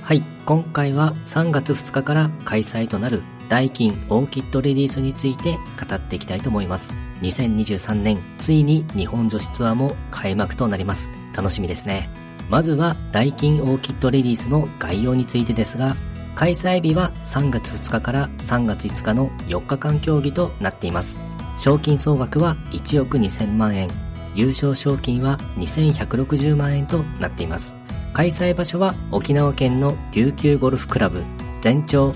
はい、今回は3月2日から開催となるダイキンオーキッドレディースについて語っていきたいと思います。2023年、ついに日本女子ツアーも開幕となります。楽しみですね。まずはダイキンオーキッドレディースの概要についてですが、開催日は3月2日から3月5日の4日間競技となっています。賞金総額は1億2000万円、優勝賞金は2160万円となっています。開催場所は沖縄県の琉球ゴルフクラブ、全長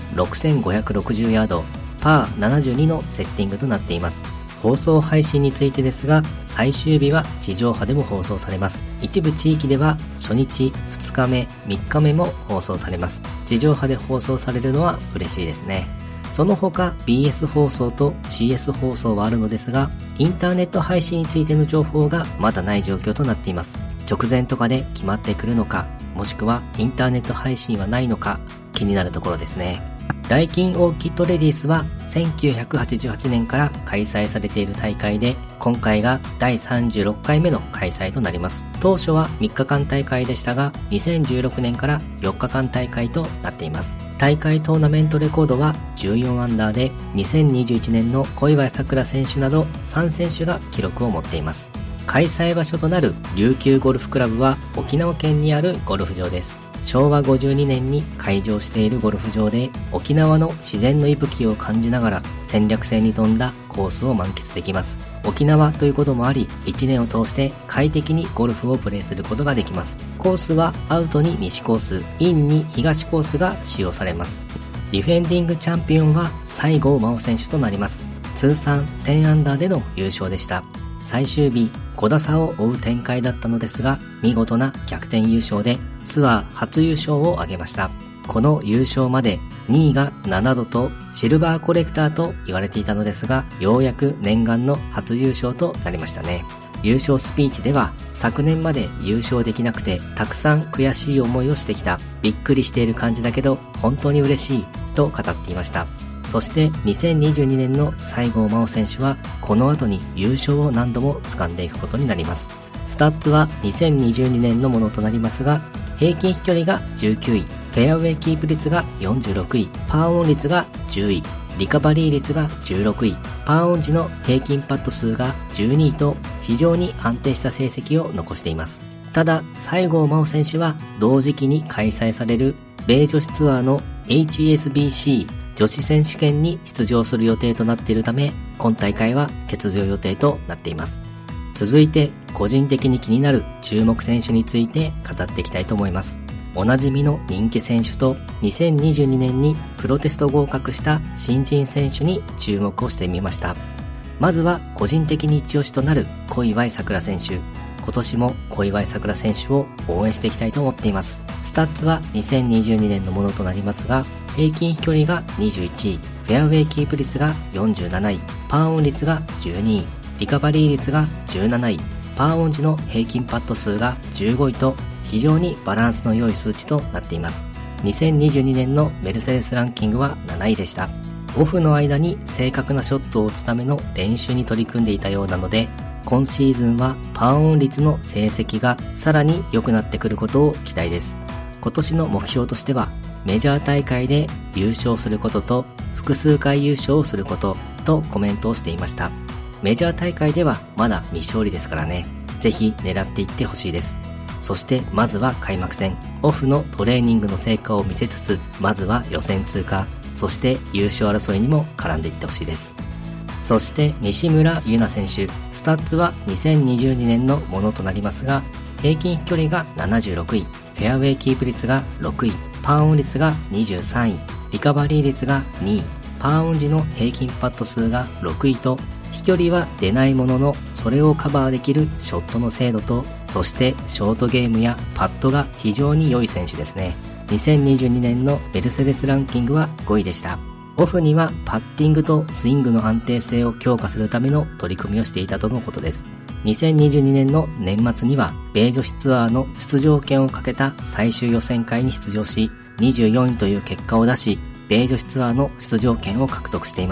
6560ヤード、パー72のセッティングとなっています。放送配信についてですが、最終日は地上波でも放送されます。一部地域では初日、2日目、3日目も放送されます。地上波で放送されるのは嬉しいですね。その他 BS 放送と CS 放送はあるのですが、インターネット配信についての情報がまだない状況となっています。直前とかで決まってくるのか、もしくはインターネット配信はないのか気になるところですね。ダイキンオーキッドレディースは1988年から開催されている大会で、今回が第36回目の開催となります。当初は3日間大会でしたが、2016年から4日間大会となっています。大会トーナメントレコードは14アンダーで、2021年の小祝さくら選手など3選手が記録を持っています。開催場所となる琉球ゴルフクラブは沖縄県にあるゴルフ場です。昭和52年に開場しているゴルフ場で、沖縄の自然の息吹を感じながら戦略性に富んだコースを満喫できます。沖縄ということもあり、1年を通して快適にゴルフをプレーすることができます。コースはアウトに西コース、インに東コースが使用されます。ディフェンディングチャンピオンは西郷真央選手となります。通算10アンダーでの優勝でした。最終日5打差を追う展開だったのですが、見事な逆転優勝でツアー初優勝を挙げました。この優勝まで2位が7度とシルバーコレクターと言われていたのですが、ようやく念願の初優勝となりましたね。優勝スピーチでは、昨年まで優勝できなくてたくさん悔しい思いをしてきた、びっくりしている感じだけど本当に嬉しいと語っていました。そして2022年の西郷真央選手はこの後に優勝を何度も掴んでいくことになります。スタッツは2022年のものとなりますが、平均飛距離が19位、フェアウェイキープ率が46位、パーオン率が10位、リカバリー率が16位、パーオン時の平均パット数が12位と非常に安定した成績を残しています。ただ、西郷真央選手は同時期に開催される米女子ツアーの HSBC 女子選手権に出場する予定となっているため、今大会は欠場予定となっています。続いて、個人的に気になる注目選手について語っていきたいと思います。おなじみの人気選手と2022年にプロテスト合格した新人選手に注目をしてみました。まずは個人的に一押しとなる小祝さくら選手。今年も小祝さくら選手を応援していきたいと思っています。スタッツは2022年のものとなりますが、平均飛距離が21位、フェアウェイキープ率が47位、パーオン率が12位、リカバリー率が17位、パーオン時の平均パット数が15位と非常にバランスの良い数値となっています。2022年のメルセデスランキングは7位でした。オフの間に正確なショットを打つための練習に取り組んでいたようなので、今シーズンはパーオン率の成績がさらに良くなってくることを期待です。今年の目標としては、メジャー大会で優勝することと複数回優勝をすることとコメントをしていました。メジャー大会ではまだ未勝利ですからね。ぜひ狙っていってほしいです。そしてまずは開幕戦、オフのトレーニングの成果を見せつつ、まずは予選通過、そして優勝争いにも絡んでいってほしいです。そして西村優菜選手、スタッツは2022年のものとなりますが、平均飛距離が76位、フェアウェイキープ率が6位、パーオン率が23位、リカバリー率が2位、パーオン時の平均パット数が6位と、飛距離は出ないものの、それをカバーできるショットの精度と、そしてショートゲームやパットが非常に良い選手ですね。2022年のメルセデスランキングは5位でした。オフにはパッティングとスイングの安定性を強化するための取り組みをしていたとのことです。2022年の年末には米女子ツアーの出場権をかけた最終予選会に出場し、24位という結果を出し、米女子ツアーの出場権を獲得しています。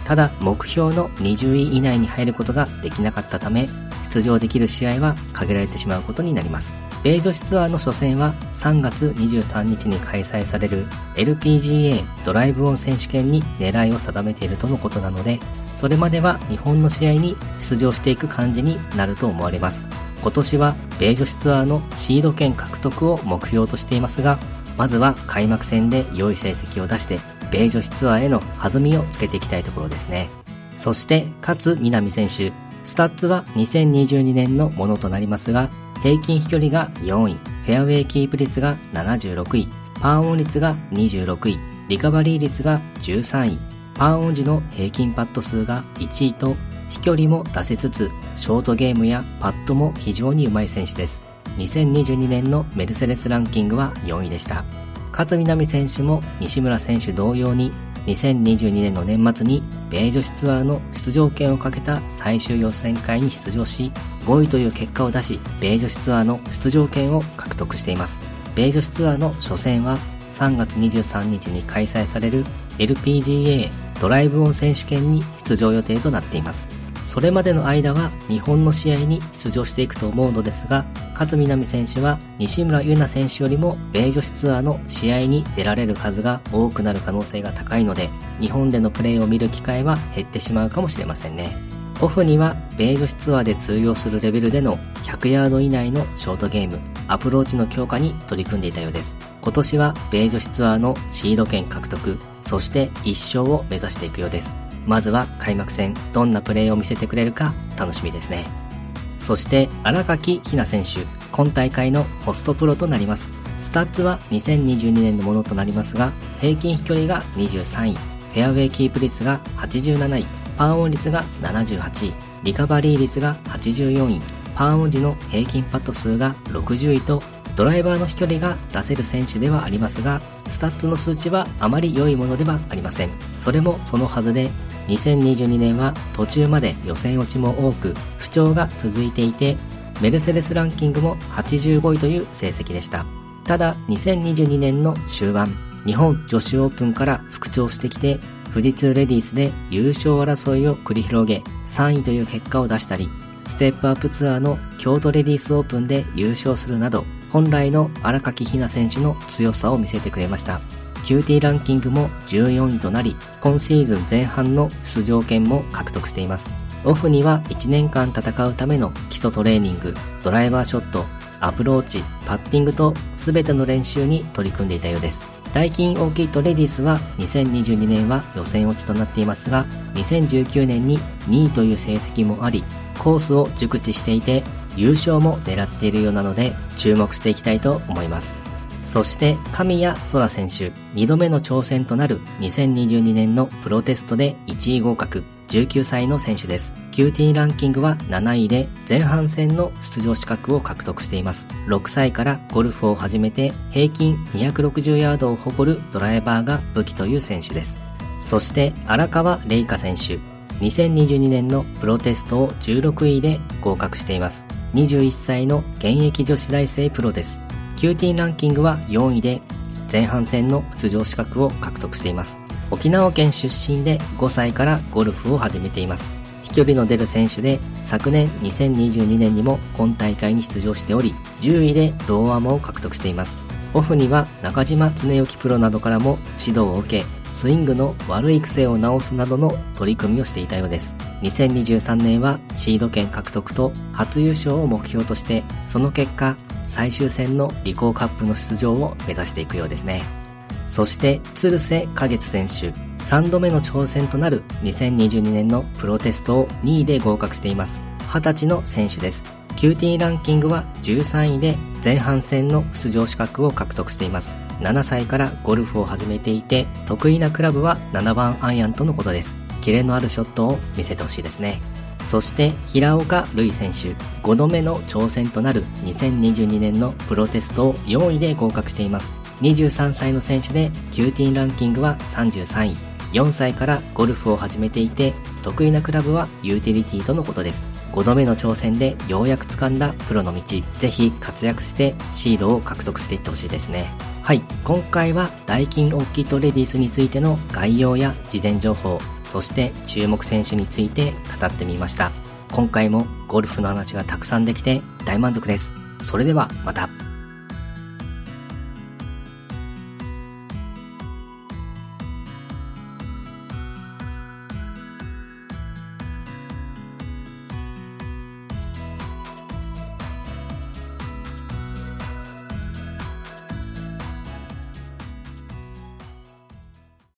ただ目標の20位以内に入ることができなかったため、出場できる試合は限られてしまうことになります。米女子ツアーの初戦は3月23日に開催される LPGA ドライブオン選手権に狙いを定めているとのことなので、それまでは日本の試合に出場していく感じになると思われます。今年は米女子ツアーのシード権獲得を目標としていますが、まずは開幕戦で良い成績を出して米女子ツアーへの弾みをつけていきたいところですね。そして勝みなみ選手、スタッツは2022年のものとなりますが、平均飛距離が4位、フェアウェイキープ率が76位、パーオン率が26位、リカバリー率が13位、パーオン時の平均パット数が1位と、飛距離も出せつつ、ショートゲームやパットも非常に上手い選手です。2022年のメルセデスランキングは4位でした。勝みなみ選手も西村選手同様に、2022年の年末に米女子ツアーの出場権をかけた最終予選会に出場し、5位という結果を出し、米女子ツアーの出場権を獲得しています。米女子ツアーの初戦は3月23日に開催される LPGA ドライブオン選手権に出場予定となっています。それまでの間は日本の試合に出場していくと思うのですが、勝みなみ選手は西村優菜選手よりも米女子ツアーの試合に出られる数が多くなる可能性が高いので、日本でのプレーを見る機会は減ってしまうかもしれませんね。オフには米女子ツアーで通用するレベルでの100ヤード以内のショートゲーム、アプローチの強化に取り組んでいたようです。今年は米女子ツアーのシード権獲得、そして1勝を目指していくようです。まずは開幕戦、どんなプレーを見せてくれるか楽しみですね。そして新垣比菜選手、今大会のホストプロとなります。スタッツは2022年のものとなりますが、平均飛距離が23位、フェアウェイキープ率が87位、パーオン率が78位、リカバリー率が84位、パーオン時の平均パット数が60位と、ドライバーの飛距離が出せる選手ではありますが、スタッツの数値はあまり良いものではありません。それもそのはずで、2022年は途中まで予選落ちも多く不調が続いていて、メルセデスランキングも85位という成績でした。ただ2022年の終盤、日本女子オープンから復調してきて、富士通レディースで優勝争いを繰り広げ3位という結果を出したり、ステップアップツアーの京都レディースオープンで優勝するなど、本来の新垣比菜選手の強さを見せてくれました。QT ランキングも14位となり、今シーズン前半の出場権も獲得しています。オフには1年間戦うための基礎トレーニング、ドライバーショット、アプローチ、パッティングと全ての練習に取り組んでいたようです。ダイキンオーキッドレディースは2022年は予選落ちとなっていますが、2019年に2位という成績もあり、コースを熟知していて優勝も狙っているようなので注目していきたいと思います。そして神谷そら選手、2度目の挑戦となる2022年のプロテストで1位合格、19歳の選手です。QT ランキングは7位で前半戦の出場資格を獲得しています。6歳からゴルフを始めて平均260ヤードを誇るドライバーが武器という選手です。そして荒川玲香選手、2022年のプロテストを16位で合格しています。21歳の現役女子大生プロです。QT ランキングは4位で前半戦の出場資格を獲得しています。沖縄県出身で5歳からゴルフを始めています。飛距離の出る選手で昨年2022年にも今大会に出場しており、10位でローアマを獲得しています。オフには中島恒之プロなどからも指導を受け、スイングの悪い癖を直すなどの取り組みをしていたようです。2023年はシード権獲得と初優勝を目標として、その結果最終戦のリコーカップの出場を目指していくようですね。そして鶴瀬花月選手、3度目の挑戦となる2022年のプロテストを2位で合格しています。20歳の選手です。QT ランキングは13位で前半戦の出場資格を獲得しています。7歳からゴルフを始めていて、得意なクラブは7番アイアンとのことです。キレのあるショットを見せてほしいですね。そして平岡瑠衣選手、5度目の挑戦となる2022年のプロテストを4位で合格しています。23歳の選手で QT ランキングは33位。4歳からゴルフを始めていて、得意なクラブはユーティリティとのことです。5度目の挑戦でようやく掴んだプロの道、ぜひ活躍してシードを獲得していってほしいですね。はい、今回はダイキンオーキッドレディースについての概要や事前情報、 そして注目選手について語ってみました。今回もゴルフの話がたくさんできて大満足です。それではまた。